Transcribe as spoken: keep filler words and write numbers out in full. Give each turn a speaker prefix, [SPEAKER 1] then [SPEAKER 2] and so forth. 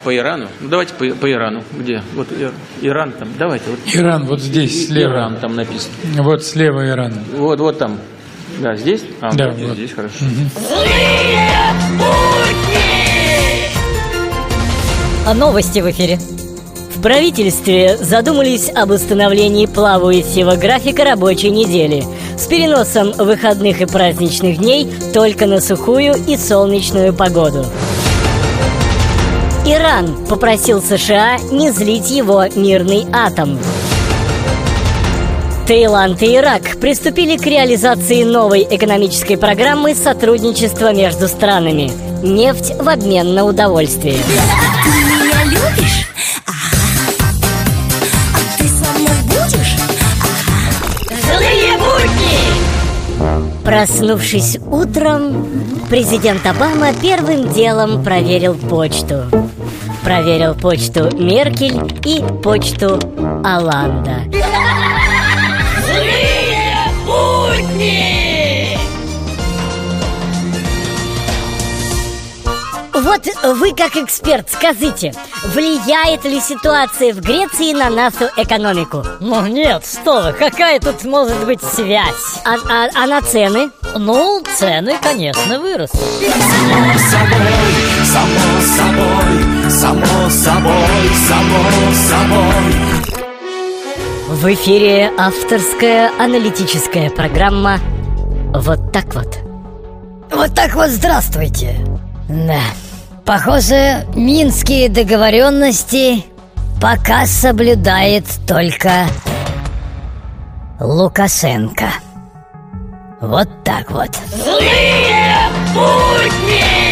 [SPEAKER 1] По Ирану? Ну, давайте по, по Ирану. Где? Вот Ир, Иран там. Давайте. Вот.
[SPEAKER 2] Иран вот здесь, слева.
[SPEAKER 1] Иран там написано.
[SPEAKER 2] Вот слева Иран.
[SPEAKER 1] Вот, вот там. Да, здесь? А,
[SPEAKER 2] да,
[SPEAKER 1] вот здесь,
[SPEAKER 2] вот.
[SPEAKER 1] здесь хорошо.
[SPEAKER 2] Угу.
[SPEAKER 3] А новости в эфире. В правительстве задумались об установлении плавающего графика рабочей недели с переносом выходных и праздничных дней только на сухую и солнечную погоду. Иран попросил США не злить его мирный атом. Таиланд и Ирак приступили к реализации новой экономической программы сотрудничества между странами. Нефть в обмен на удовольствие.
[SPEAKER 4] Ты меня любишь? Ага. А ты со мной будешь? Ага.
[SPEAKER 3] Злые будни! Проснувшись утром, президент Обама первым делом проверил почту. Проверил почту Меркель и почту Оланда.
[SPEAKER 4] Злые будни!
[SPEAKER 3] Вот вы как эксперт скажите, влияет ли ситуация в Греции на нашу экономику?
[SPEAKER 5] Ну нет, что вы, какая тут может быть связь?
[SPEAKER 3] А, а, а на цены?
[SPEAKER 5] Ну, цены, конечно, выросли.
[SPEAKER 6] Само собой, само собой, само собой, само собой.
[SPEAKER 3] В эфире авторская аналитическая программа «Вот так вот».
[SPEAKER 5] Вот так вот, здравствуйте. Да, похоже, минские договоренности пока соблюдает только Лукашенко. Вот так вот.
[SPEAKER 4] Злые будни!